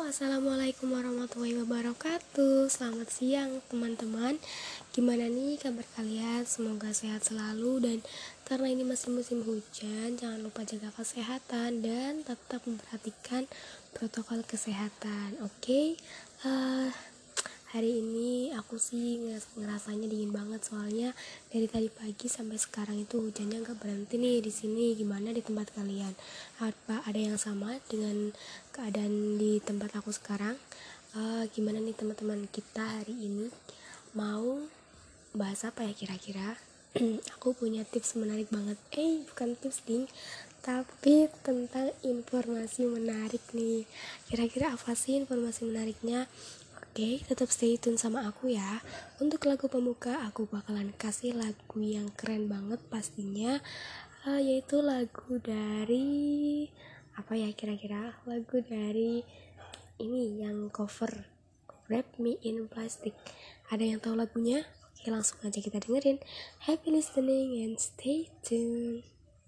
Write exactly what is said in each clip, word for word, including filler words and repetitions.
Assalamualaikum warahmatullahi wabarakatuh. Selamat siang teman-teman. Gimana nih kabar kalian? Semoga sehat selalu. Dan karena ini masih musim hujan, jangan lupa jaga kesehatan dan tetap memperhatikan protokol kesehatan. Oke okay? uh, Hari ini aku sih ngerasanya dingin banget, soalnya dari tadi pagi sampai sekarang itu hujannya nggak berhenti nih di sini. Gimana di tempat kalian? Apa ada yang sama dengan keadaan di tempat aku sekarang? Uh, gimana nih teman-teman, kita hari ini mau bahas apa ya kira-kira? Aku punya tips menarik banget. Eh, bukan tips ding, tapi tentang informasi menarik nih. Kira-kira apa sih informasi menariknya? Oke, tetap stay tune sama aku ya. Untuk lagu pembuka, aku bakalan kasih lagu yang keren banget pastinya, uh, yaitu lagu dari apa ya kira-kira? Lagu dari ini yang cover Wrap Me in Plastic. Ada yang tahu lagunya? Oke, langsung aja kita dengerin. Happy listening and stay tuned.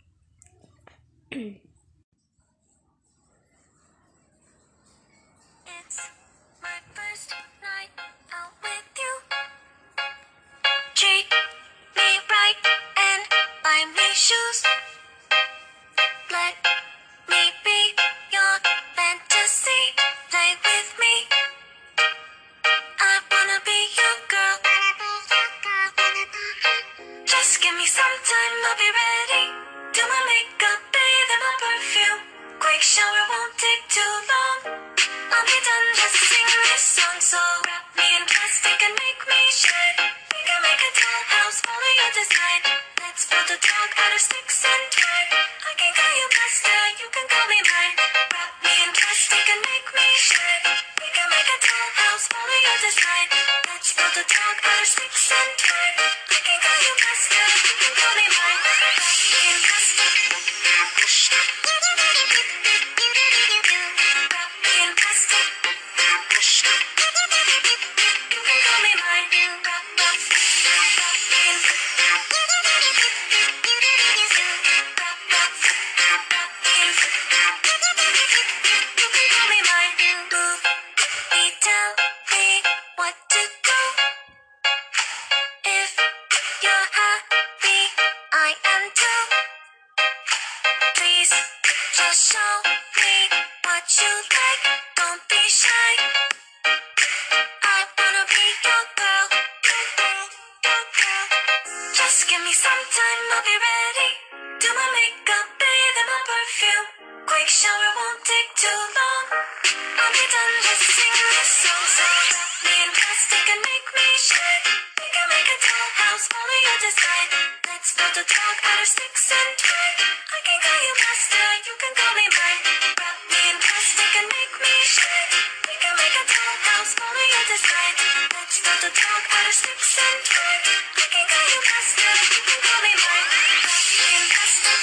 Shoes. Let me be your fantasy. Play with me. I wanna be your girl. Just give me some time, I'll be ready. Do my makeup, bathe in my perfume. Quick shower won't take too long. I'll be done, just sing this song. So wrap me in plastic and make me shine. We can make a dollhouse, follow your design. Let's build a dog out of sticks and twine. I can call you master, you can call me mine. Wrap me in plastic and make me shine. We can make a dollhouse, follow your design. Let's build a dog out of sticks and twine. I can call you master, you can call me mine. Wrap me in plastic. Wrap me in plastic. You can call me mine. Wrap, wrap, wrap me in show me what you like, don't be shy. I wanna be your girl. Just give me some time, I'll be ready. Do my makeup, bathe in my perfume. Quick shower won't take too long. I'll be done, just sing this song. So wrap me in plastic and make me shine. We can make a dollhouse, follow your design. Let's build a dog out of sticks and twine. I can call you master, you can call me mine. Wrap me in plastic and make me shine. We can make a dollhouse, follow your design. Let's build a dog out of sticks and twine. I can call you master, you can call me mine. Wrap me in plastic.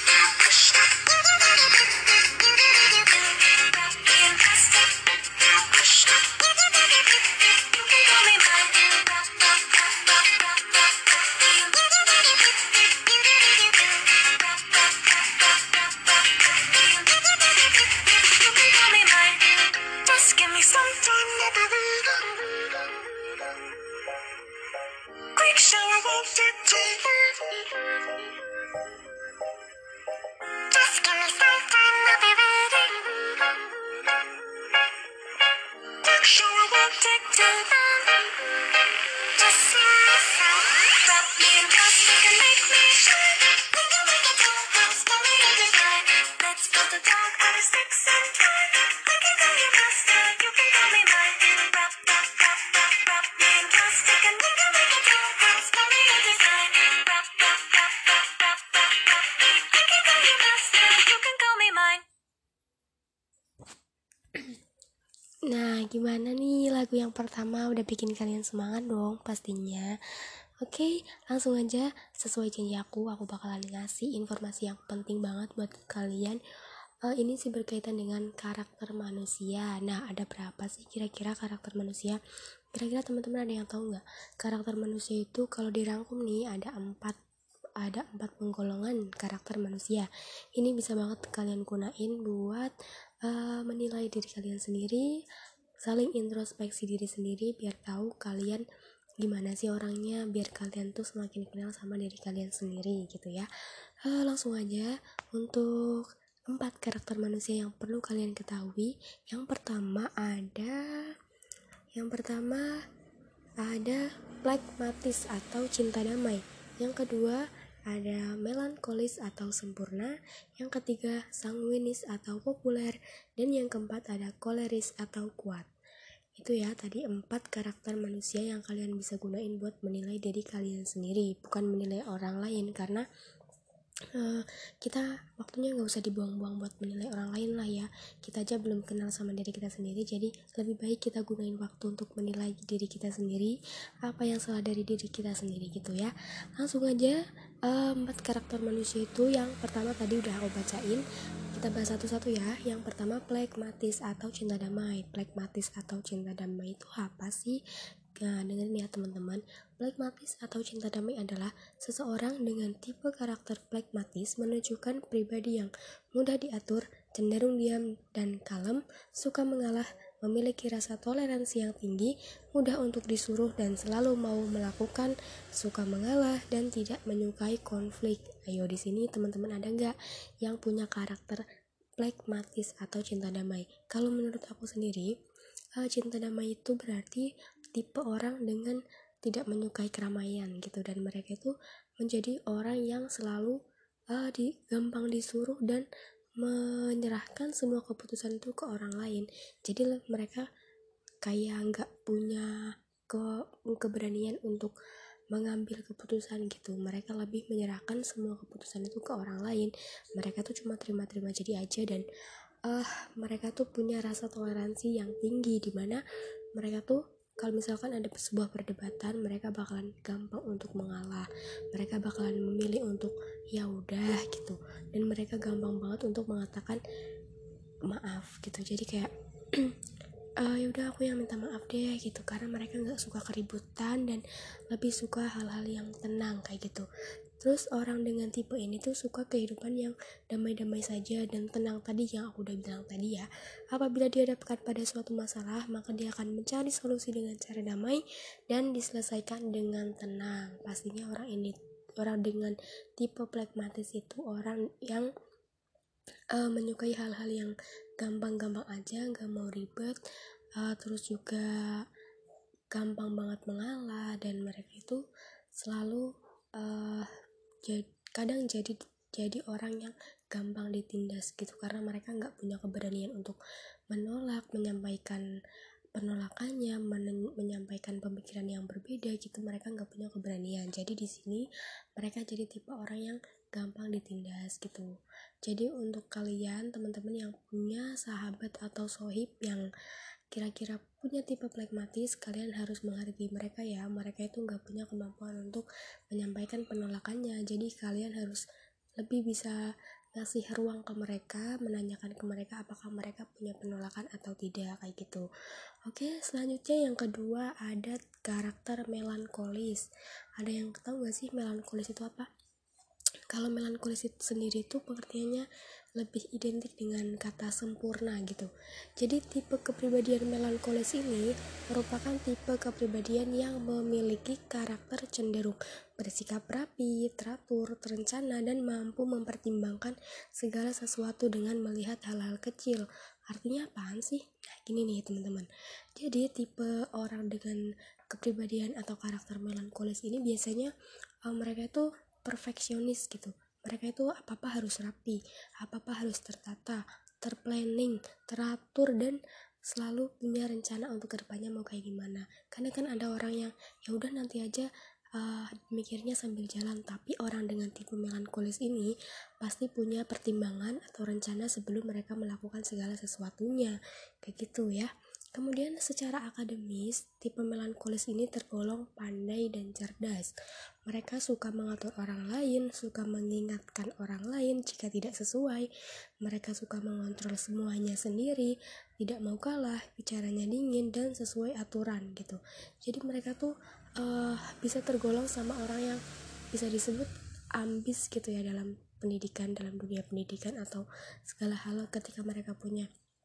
Wrap me in plastic. You can call me mine. Wrap, wrap, wrap, wrap, wrap, wrap, wrap me. Wrap, wrap, wrap, wrap, wrap, wrap, wrap me. You can call me mine. Just give me some time. Quick shower won't take too long. Just give me some time, I'll be ready. Quick shower won't take too long. Just sing this song. Wrap me in plastic and make me shine. We can make a dollhouse, follow your design. Let's build a dog out of sticks and twine. I can call you master, you can call me mine. Wrap, wrap, wrap, wrap, wrap me in plastic and we can make a dollhouse, follow your design. Wrap, wrap, wrap, wrap, wrap, wrap, wrap me. I can call you master, you can call me mine. Nah, gimana nih lagu yang pertama? Udah bikin kalian semangat dong pastinya. Oke, langsung aja. Sesuai janji aku, aku bakalan ngasih informasi yang penting banget buat kalian. Uh, ini sih berkaitan dengan karakter manusia. Nah, ada berapa sih kira-kira karakter manusia? Kira-kira teman-teman ada yang tahu nggak? Karakter manusia itu kalau dirangkum nih ada empat ada empat penggolongan karakter manusia. Ini bisa banget kalian gunain buat uh, menilai diri kalian sendiri, saling introspeksi diri sendiri biar tahu kalian gimana sih orangnya, biar kalian tuh semakin kenal sama diri kalian sendiri gitu ya. Uh, langsung aja untuk empat karakter manusia yang perlu kalian ketahui. Yang pertama ada yang pertama ada pragmatis atau cinta damai. Yang kedua ada melankolis atau sempurna. Yang ketiga sanguinis atau populer. Dan yang keempat ada koleris atau kuat. Itu ya tadi empat karakter manusia yang kalian bisa gunain buat menilai diri kalian sendiri, bukan menilai orang lain, karena Uh, kita waktunya nggak usah dibuang-buang buat menilai orang lain lah ya. Kita aja belum kenal sama diri kita sendiri, jadi lebih baik kita gunain waktu untuk menilai diri kita sendiri, apa yang salah dari diri kita sendiri gitu ya. Langsung aja, uh, empat karakter manusia itu yang pertama tadi udah aku bacain, kita bahas satu-satu ya. Yang pertama pragmatis atau cinta damai. Pragmatis atau cinta damai itu apa sih? Nah, dengerin ya teman-teman. Pragmatis atau cinta damai adalah seseorang dengan tipe karakter pragmatis menunjukkan pribadi yang mudah diatur, cenderung diam dan kalem, suka mengalah, memiliki rasa toleransi yang tinggi, mudah untuk disuruh dan selalu mau melakukan, suka mengalah dan tidak menyukai konflik. Ayo di sini teman-teman ada nggak yang punya karakter pragmatis atau cinta damai? Kalau menurut aku sendiri, cinta damai itu berarti tipe orang dengan tidak menyukai keramaian gitu, dan mereka itu menjadi orang yang selalu uh, di, gampang disuruh dan menyerahkan semua keputusan itu ke orang lain. Jadi mereka kayak nggak punya ke, keberanian untuk mengambil keputusan gitu. Mereka lebih menyerahkan semua keputusan itu ke orang lain. Mereka tuh cuma terima-terima jadi aja, dan uh, mereka tuh punya rasa toleransi yang tinggi, dimana mereka tuh kalau misalkan ada sebuah perdebatan, mereka bakalan gampang untuk mengalah, mereka bakalan memilih untuk ya udah gitu, dan mereka gampang banget untuk mengatakan maaf gitu. Jadi kayak uh, ya udah aku yang minta maaf deh gitu, karena mereka nggak suka keributan dan lebih suka hal-hal yang tenang kayak gitu. Terus orang dengan tipe ini tuh suka kehidupan yang damai-damai saja dan tenang, tadi yang aku udah bilang tadi ya. Apabila dihadapkan pada suatu masalah, maka dia akan mencari solusi dengan cara damai dan diselesaikan dengan tenang. Pastinya orang ini, orang dengan tipe pragmatis itu orang yang uh, menyukai hal-hal yang gampang-gampang aja, gak mau ribet, uh, terus juga gampang banget mengalah, dan mereka itu selalu uh, jad, kadang jadi jadi orang yang gampang ditindas gitu, karena mereka nggak punya keberanian untuk menolak, menyampaikan penolakannya, men- menyampaikan pemikiran yang berbeda gitu. Mereka nggak punya keberanian. Jadi di sini mereka jadi tipe orang yang gampang ditindas gitu. Jadi untuk kalian teman-teman yang punya sahabat atau sohib yang kira-kira punya tipe pragmatis, kalian harus menghargai mereka ya. Mereka itu nggak punya kemampuan untuk menyampaikan penolakannya, jadi kalian harus lebih bisa ngasih ruang ke mereka, menanyakan ke mereka apakah mereka punya penolakan atau tidak kayak gitu. Oke, selanjutnya yang kedua ada karakter melankolis. Ada yang tahu gak sih melankolis itu apa? Kalau melankolis itu sendiri itu pengertiannya lebih identik dengan kata sempurna gitu. Jadi tipe kepribadian melankolis ini merupakan tipe kepribadian yang memiliki karakter cenderung bersikap rapi, teratur, terencana, dan mampu mempertimbangkan segala sesuatu dengan melihat hal-hal kecil. Artinya apaan sih? Nah gini nih teman-teman. Jadi tipe orang dengan kepribadian atau karakter melankolis ini biasanya uh, mereka itu perfeksionis gitu. Mereka itu apa-apa harus rapi, apa-apa harus tertata, terplanning, teratur, dan selalu punya rencana untuk kedepannya mau kayak gimana. Karena kan ada orang yang ya udah nanti aja uh, mikirnya sambil jalan, tapi orang dengan tipe melankolis ini pasti punya pertimbangan atau rencana sebelum mereka melakukan segala sesuatunya kayak gitu ya. Kemudian secara akademis, tipe melankolis ini tergolong pandai dan cerdas. Mereka suka mengatur orang lain, suka mengingatkan orang lain jika tidak sesuai. Mereka suka mengontrol semuanya sendiri, tidak mau kalah, bicaranya dingin dan sesuai aturan gitu. Jadi mereka tuh uh, bisa tergolong sama orang yang bisa disebut ambis gitu ya dalam pendidikan, dalam dunia pendidikan atau segala hal ketika mereka punya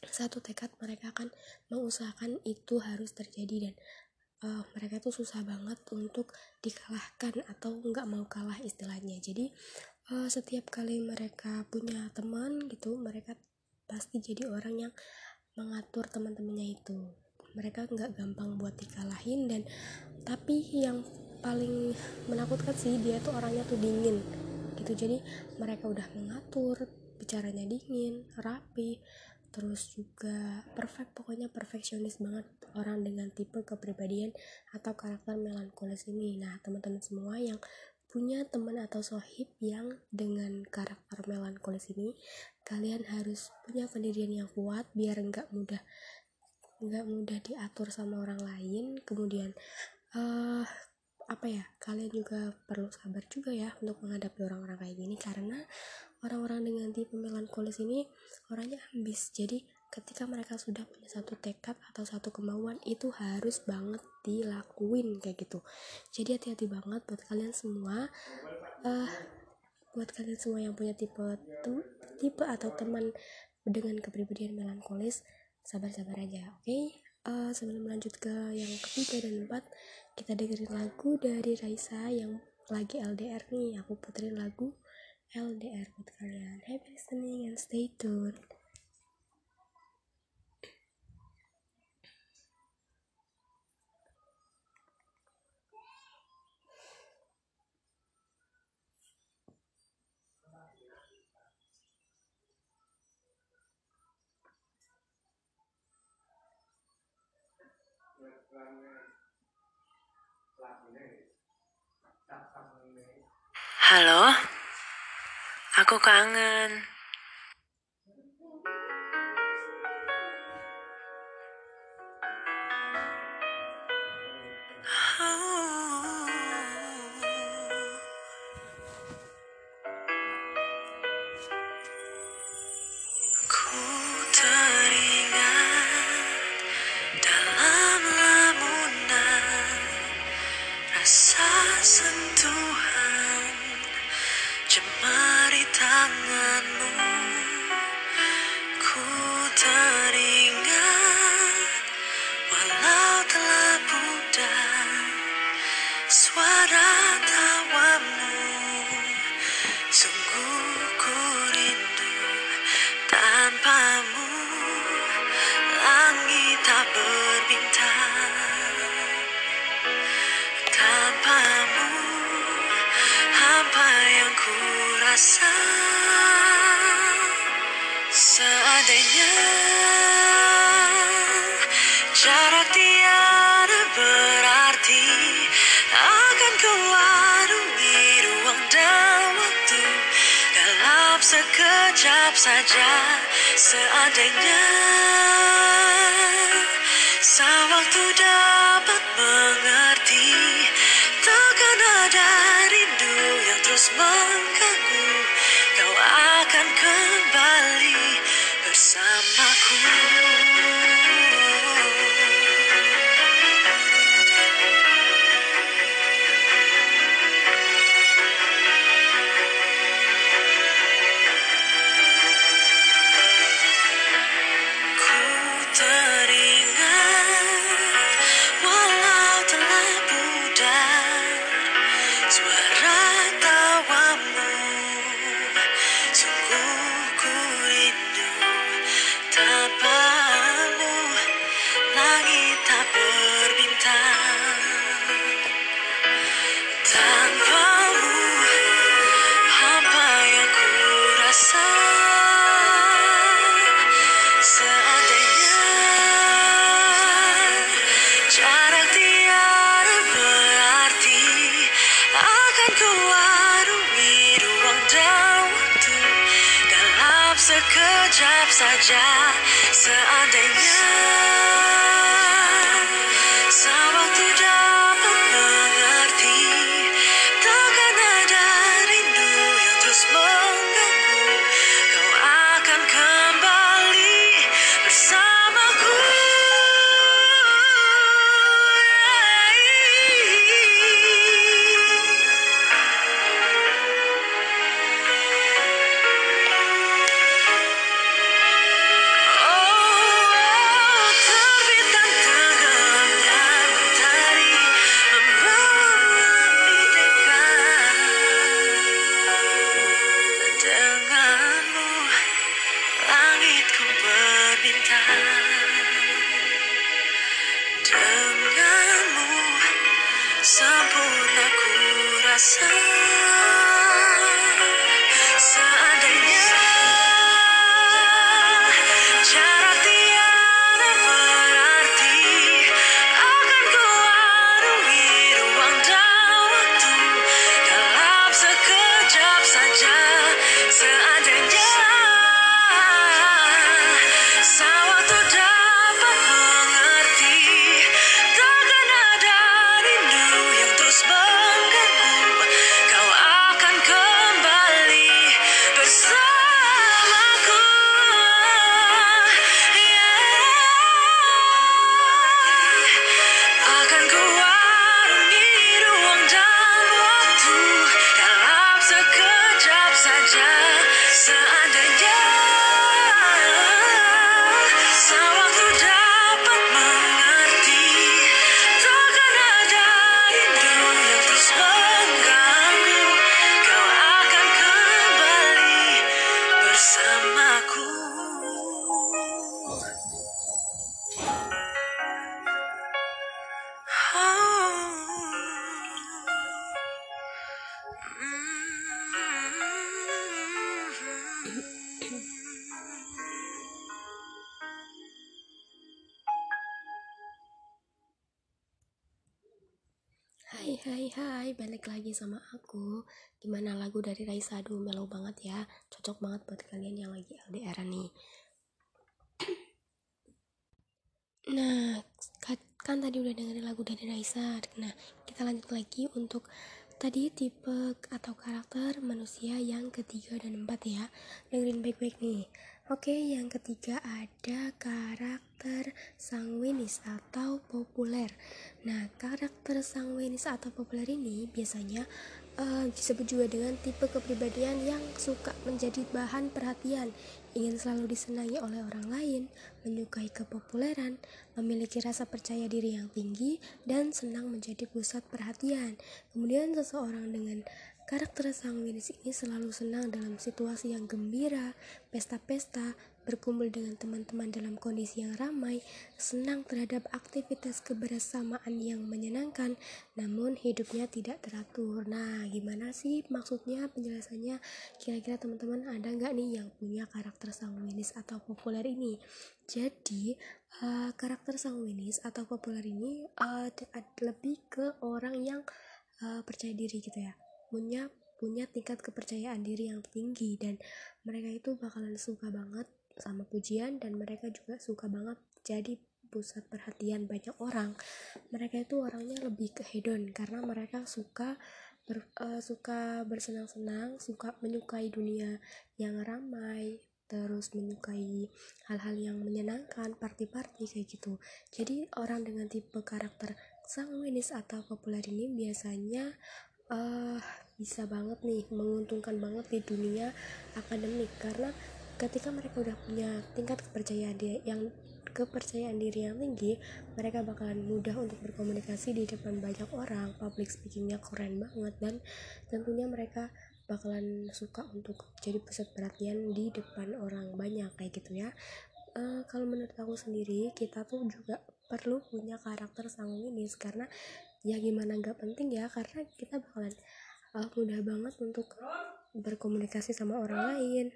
satu tekad mereka akan mengusahakan itu harus terjadi, dan uh, mereka tuh susah banget untuk dikalahkan atau nggak mau kalah istilahnya. Jadi uh, setiap kali mereka punya teman gitu, mereka pasti jadi orang yang mengatur teman-temannya itu. Mereka nggak gampang buat dikalahin, dan tapi yang paling menakutkan sih dia tuh orangnya tuh dingin gitu. Jadi mereka udah mengatur, bicaranya dingin, rapi, terus juga perfect, pokoknya perfeksionis banget orang dengan tipe kepribadian atau karakter melankolis ini. Nah, teman-teman semua yang punya teman atau sohib yang dengan karakter melankolis ini, kalian harus punya pendirian yang kuat biar nggak mudah nggak mudah diatur sama orang lain. Kemudian uh, apa ya, kalian juga perlu sabar juga ya untuk menghadapi orang-orang kayak gini, karena orang-orang dengan tipe melankolis ini orangnya ambis. Jadi ketika mereka sudah punya satu tekad atau satu kemauan, itu harus banget dilakuin kayak gitu. Jadi hati-hati banget buat kalian semua, uh, buat kalian semua yang punya tipe tem- tipe atau teman dengan kepribadian melankolis, sabar-sabar aja, oke? Okay? Uh, sebelum lanjut ke yang ketiga dan empat, kita dengerin lagu dari Raisa yang lagi L D R nih. Aku puterin lagu L D R buat kalian. Happy listening and stay tuned. Halo, aku kangen. Ku teringat dalam lamunan rasa sentuhan jemari tanganmu. Ku teringat walau telah pudar suara tawamu. Sungguh ku rindu tanpamu, langit tak berbintang. Tanpamu, apa yang ku rasa. Seandainya jarak tiada berarti, akan ku arungi ruang dan waktu dalam sekejap saja. Seandainya sang waktu dapat mengerti, takkan ada rindu yang terus mengganggu. Kau akan kembali bersamaku. Ku teringat walau telah pudar suara tawamu. Sungguh ku rindu tanpamu, langit tak berbintang. Tanpamu, apa yang ku rasa. Seandainya jarak tiada berarti, akan ku arungi ruang dan waktu dalam sekejap saja. Seandainya sang waktu dapat mengerti, takkan ada rindu yang terus mengganggu. Kau akan kembali bersamaku. Oh, bintang. Denganmu sempurna ku rasa. Seandainya jarak tiada berarti, akan ku arungi ruang dan waktu dalam sekejap saja. Seandainya sang waktu dapat mengerti, takkan ada rindu yang terus mengganggu. Kau akan kembali bersamaku. Yeah. Akan ku arungi ruang dan waktu dalam sekejap saja. Seandainya sang waktu dapat mengerti, takkan ada rindu yang terus mengganggu. Kau akan kembali bersamaku. Hai hai hai, balik lagi sama aku. Gimana lagu dari Raisa? Aduh, mellow banget ya. Cocok banget buat kalian yang lagi L D R nih. Nah, kan tadi udah dengerin lagu dari Raisa. Nah, kita lanjut lagi untuk tadi tipe atau karakter manusia yang ketiga dan empat ya. Dengerin baik-baik nih. Oke, yang ketiga ada karakter sanguinis atau populer. Nah, karakter sanguinis atau populer ini biasanya uh, disebut juga dengan tipe kepribadian yang suka menjadi bahan perhatian, ingin selalu disenangi oleh orang lain, menyukai kepopuleran, memiliki rasa percaya diri yang tinggi, dan senang menjadi pusat perhatian. Kemudian seseorang dengan karakter sanguinis ini selalu senang dalam situasi yang gembira, pesta-pesta, berkumpul dengan teman-teman dalam kondisi yang ramai, senang terhadap aktivitas kebersamaan yang menyenangkan, namun hidupnya tidak teratur. Nah, gimana sih maksudnya, penjelasannya? Kira-kira teman-teman ada nggak nih yang punya karakter sanguinis atau populer ini? Jadi, uh, karakter sanguinis atau populer ini uh, lebih ke orang yang uh, percaya diri gitu ya, punya punya tingkat kepercayaan diri yang tinggi, dan mereka itu bakalan suka banget sama pujian, dan mereka juga suka banget jadi pusat perhatian banyak orang. Mereka itu orangnya lebih ke hedon karena mereka suka ber, uh, suka bersenang-senang, suka menyukai dunia yang ramai, terus menyukai hal-hal yang menyenangkan, party-party kayak gitu. Jadi orang dengan tipe karakter sanguinis atau populer ini biasanya uh, bisa banget nih, menguntungkan banget di dunia akademik, karena ketika mereka udah punya tingkat kepercayaan diri yang kepercayaan diri yang tinggi, mereka bakalan mudah untuk berkomunikasi di depan banyak orang, public speakingnya keren banget, dan tentunya mereka bakalan suka untuk jadi pusat perhatian di depan orang banyak kayak gitu ya. Uh, kalau menurut aku sendiri, kita tuh juga perlu punya karakter sanguinis, karena ya gimana nggak penting ya, karena kita bakalan uh, mudah banget untuk berkomunikasi sama orang lain.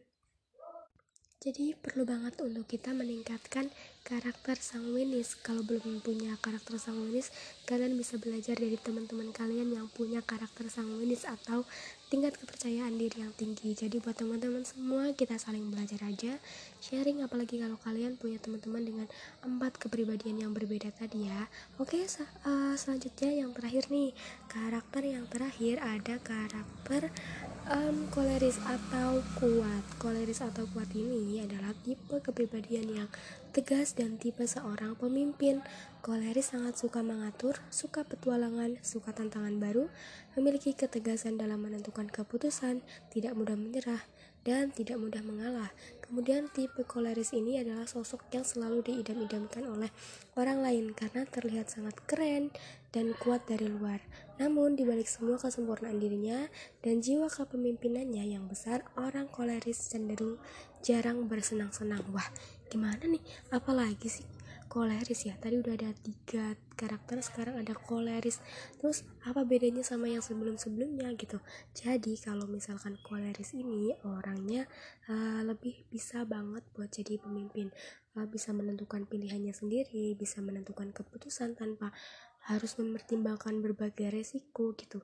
Jadi perlu banget untuk kita meningkatkan karakter sanguinis. Kalau belum punya karakter sanguinis, kalian bisa belajar dari teman-teman kalian yang punya karakter sanguinis atau tingkat kepercayaan diri yang tinggi. Jadi buat teman-teman semua, kita saling belajar aja, sharing, apalagi kalau kalian punya teman-teman dengan empat kepribadian yang berbeda tadi ya. Oke, uh, selanjutnya yang terakhir nih, karakter yang terakhir ada karakter Um, koleris atau kuat. Koleris atau kuat ini adalah tipe kepribadian yang tegas dan tipe seorang pemimpin. Koleris sangat suka mengatur, suka petualangan, suka tantangan baru, memiliki ketegasan dalam menentukan keputusan, tidak mudah menyerah, dan tidak mudah mengalah. Kemudian tipe koleris ini adalah sosok yang selalu diidam-idamkan oleh orang lain karena terlihat sangat keren dan kuat dari luar. Namun dibalik semua kesempurnaan dirinya dan jiwa kepemimpinannya yang besar, orang koleris cenderung jarang bersenang-senang. Wah, gimana nih, apalagi sih koleris ya, tadi udah ada tiga karakter, sekarang ada koleris, terus apa bedanya sama yang sebelum-sebelumnya gitu. Jadi kalau misalkan koleris ini orangnya uh, lebih bisa banget buat jadi pemimpin, uh, bisa menentukan pilihannya sendiri, bisa menentukan keputusan tanpa harus mempertimbangkan berbagai resiko gitu.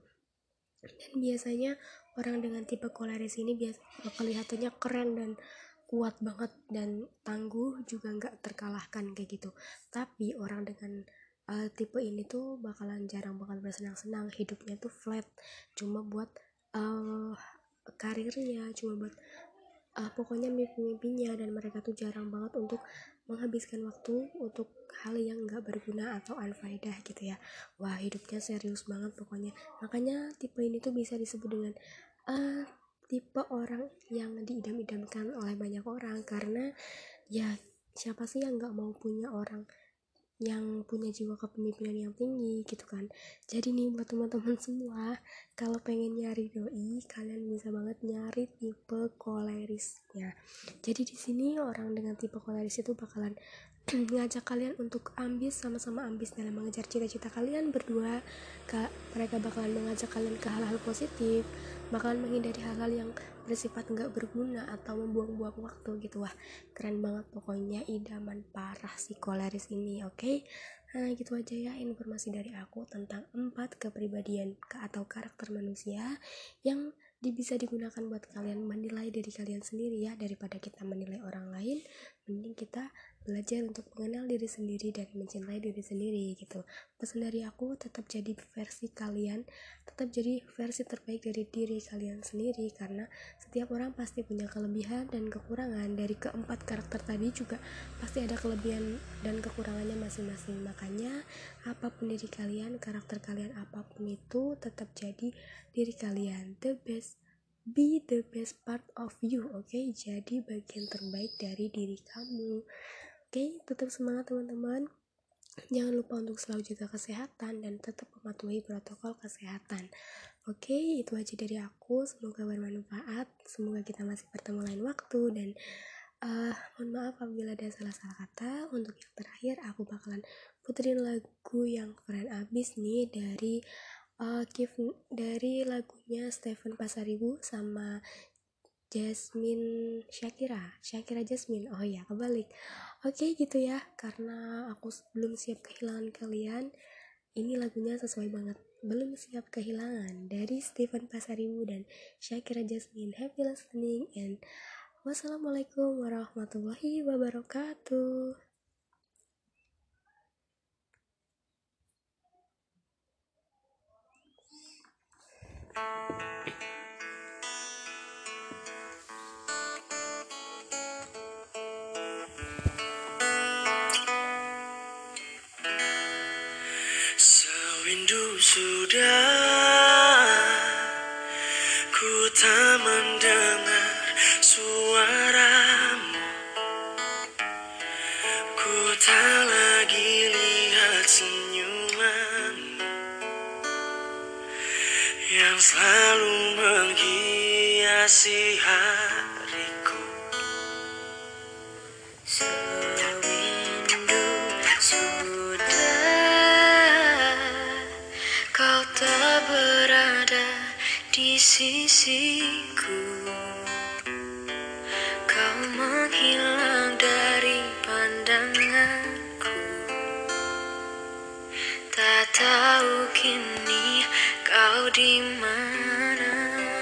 Dan biasanya orang dengan tipe koleris ini biasa kelihatannya keren dan kuat banget dan tangguh, juga nggak terkalahkan kayak gitu. Tapi orang dengan uh, tipe ini tuh bakalan jarang banget bersenang-senang, hidupnya tuh flat, cuma buat uh, karirnya, cuma buat uh, pokoknya mimpi-mimpinya, dan mereka tuh jarang banget untuk menghabiskan waktu untuk hal yang nggak berguna atau unfaedah gitu ya. Wah, hidupnya serius banget pokoknya. Makanya tipe ini tuh bisa disebut dengan uh, tipe orang yang diidam-idamkan oleh banyak orang, karena ya siapa sih yang nggak mau punya orang yang punya jiwa kepemimpinan yang tinggi gitu kan. Jadi nih buat teman-teman semua, kalau pengen nyari doi, kalian bisa banget nyari tipe kolerisnya. Jadi di sini orang dengan tipe koleris itu bakalan ngajak kalian untuk ambis, sama-sama ambis dalam mengejar cita-cita kalian berdua. Kak, mereka bakalan mengajak kalian ke hal-hal positif, bakalan menghindari hal-hal yang bersifat nggak berguna atau membuang-buang waktu gitu. Wah, keren banget pokoknya, idaman parah si koleris ini. Oke, okay? Nah gitu aja ya informasi dari aku tentang empat kepribadian atau karakter manusia yang bisa digunakan buat kalian menilai diri kalian sendiri ya. Daripada kita menilai orang lain, mending kita belajar untuk mengenal diri sendiri dan mencintai diri sendiri gitu. Pesan dari aku, tetap jadi versi kalian, tetap jadi versi terbaik dari diri kalian sendiri, karena setiap orang pasti punya kelebihan dan kekurangan. Dari keempat karakter tadi juga pasti ada kelebihan dan kekurangannya masing-masing. Makanya apapun diri kalian, karakter kalian apapun itu, tetap jadi diri kalian, the best, be the best part of you. Oke, okay? Jadi bagian terbaik dari diri kamu. Oke, okay? Tetap semangat teman-teman. Jangan lupa untuk selalu jaga kesehatan dan tetap mematuhi protokol kesehatan. Oke, okay, itu aja dari aku. Semoga bermanfaat. Semoga kita masih bertemu lain waktu. Dan uh, mohon maaf apabila ada salah-salah kata. Untuk yang terakhir, aku bakalan puterin lagu yang keren abis nih dari uh, dari lagunya Stephen Pasaribu sama Jasmine Shakira Shakira Jasmine, oh ya kebalik. Oke gitu ya, karena aku belum siap kehilangan kalian, ini lagunya sesuai banget, belum siap kehilangan, dari Stephen Pasaribu dan Shakira Jasmine. Happy listening and wassalamualaikum warahmatullahi wabarakatuh. Sewindu sudah ku tak mendengar suaramu, ku tak lagi lihat senyumanmu yang selalu menghiasi hariku. Sewindu sudah kau tak berada di sisiku, kau menghilang dari pandanganku. Tak tahu kini kau di mana.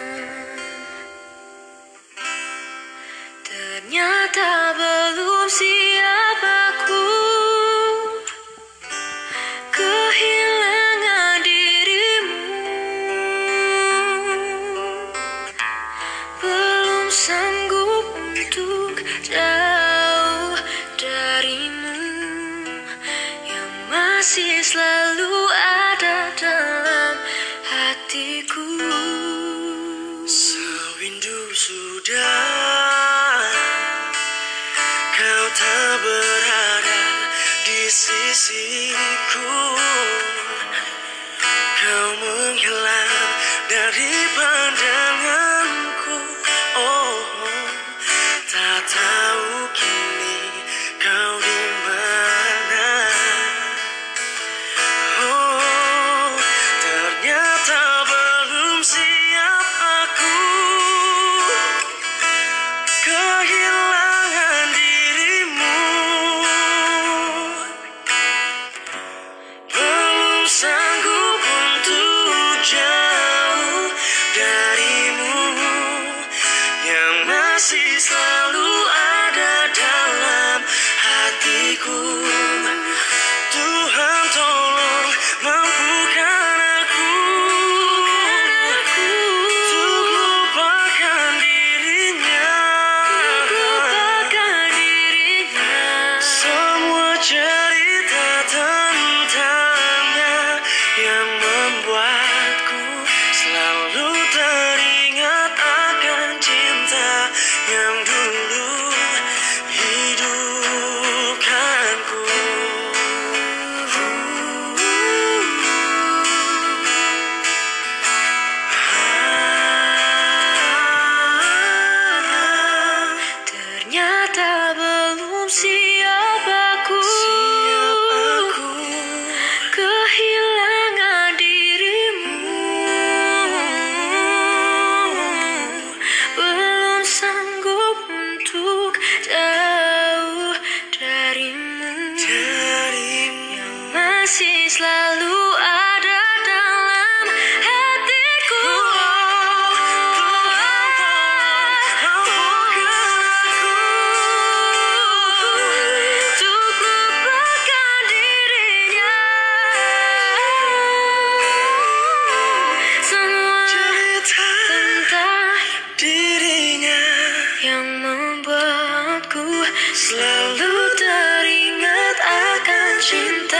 Ternyata belum siap aku kehilangan dirimu, belum sanggup untuk jauh darimu yang masih selalu ada dalam hatiku. Sewindu sudah kau tak berada di sisiku, kau menghilang dari pandanganku. Oh, tak tahu kini yang membuatku selalu teringat akan cinta.